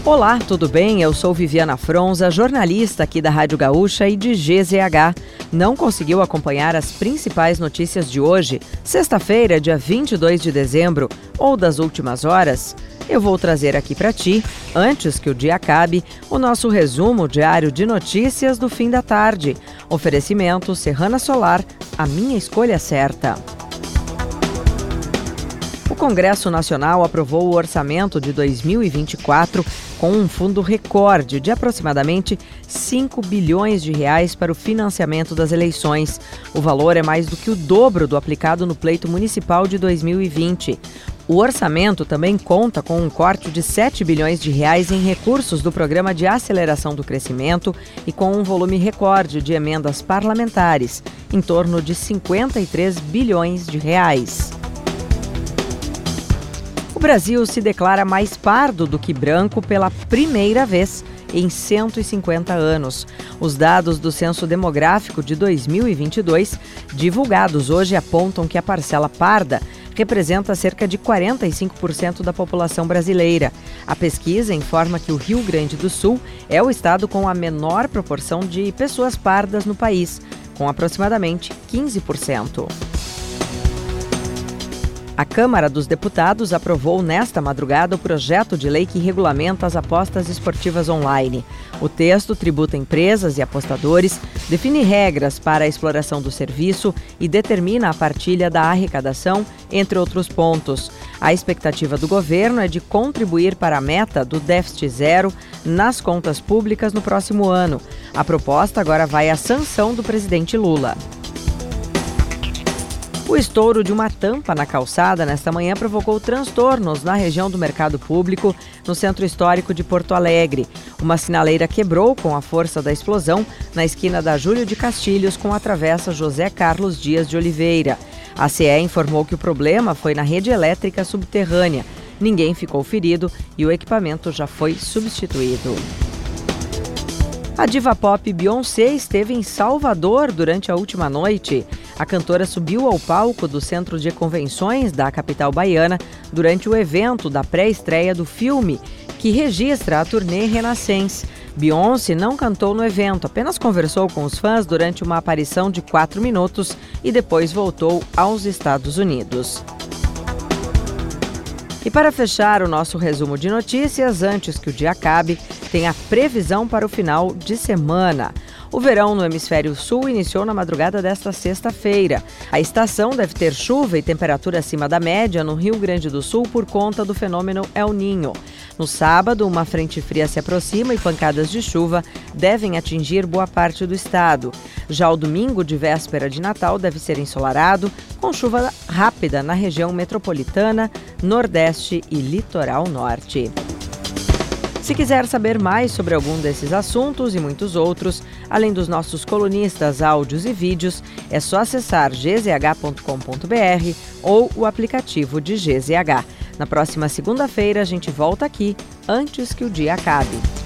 Olá, tudo bem? Eu sou Viviana Fronza, jornalista aqui da Rádio Gaúcha e de GZH. Não conseguiu acompanhar as principais notícias de hoje, sexta-feira, dia 22 de dezembro, ou das últimas horas? Eu vou trazer aqui para ti, antes que o dia acabe, o nosso resumo diário de notícias do fim da tarde. Oferecimento Serrana Solar, a minha escolha certa. O Congresso Nacional aprovou o orçamento de 2024 com um fundo recorde de aproximadamente 5 bilhões de reais para o financiamento das eleições. O valor é mais do que o dobro do aplicado no pleito municipal de 2020. O orçamento também conta com um corte de 7 bilhões de reais em recursos do Programa de Aceleração do Crescimento e com um volume recorde de emendas parlamentares, em torno de 53 bilhões de reais. O Brasil se declara mais pardo do que branco pela primeira vez em 150 anos. Os dados do Censo Demográfico de 2022, divulgados hoje, apontam que a parcela parda representa cerca de 45% da população brasileira. A pesquisa informa que o Rio Grande do Sul é o estado com a menor proporção de pessoas pardas no país, com aproximadamente 15%. A Câmara dos Deputados aprovou nesta madrugada o projeto de lei que regulamenta as apostas esportivas online. O texto tributa empresas e apostadores, define regras para a exploração do serviço e determina a partilha da arrecadação, entre outros pontos. A expectativa do governo é de contribuir para a meta do déficit zero nas contas públicas no próximo ano. A proposta agora vai à sanção do presidente Lula. O estouro de uma tampa na calçada nesta manhã provocou transtornos na região do Mercado Público, no centro histórico de Porto Alegre. Uma sinaleira quebrou com a força da explosão na esquina da Júlio de Castilhos com a travessa José Carlos Dias de Oliveira. A CE informou que o problema foi na rede elétrica subterrânea. Ninguém ficou ferido e o equipamento já foi substituído. A diva pop Beyoncé esteve em Salvador durante a última noite. A cantora subiu ao palco do Centro de Convenções da capital baiana durante o evento da pré-estreia do filme, que registra a turnê Renaissance. Beyoncé não cantou no evento, apenas conversou com os fãs durante uma aparição de 4 minutos e depois voltou aos Estados Unidos. E para fechar o nosso resumo de notícias, antes que o dia acabe, tem a previsão para o final de semana. O verão no hemisfério sul iniciou na madrugada desta sexta-feira. A estação deve ter chuva e temperatura acima da média no Rio Grande do Sul por conta do fenômeno El Niño. No sábado, uma frente fria se aproxima e pancadas de chuva devem atingir boa parte do estado. Já o domingo de véspera de Natal deve ser ensolarado, com chuva rápida na região metropolitana, nordeste e litoral norte. Se quiser saber mais sobre algum desses assuntos e muitos outros, além dos nossos colunistas, áudios e vídeos, é só acessar gzh.com.br ou o aplicativo de GZH. Na próxima segunda-feira, a gente volta aqui antes que o dia acabe.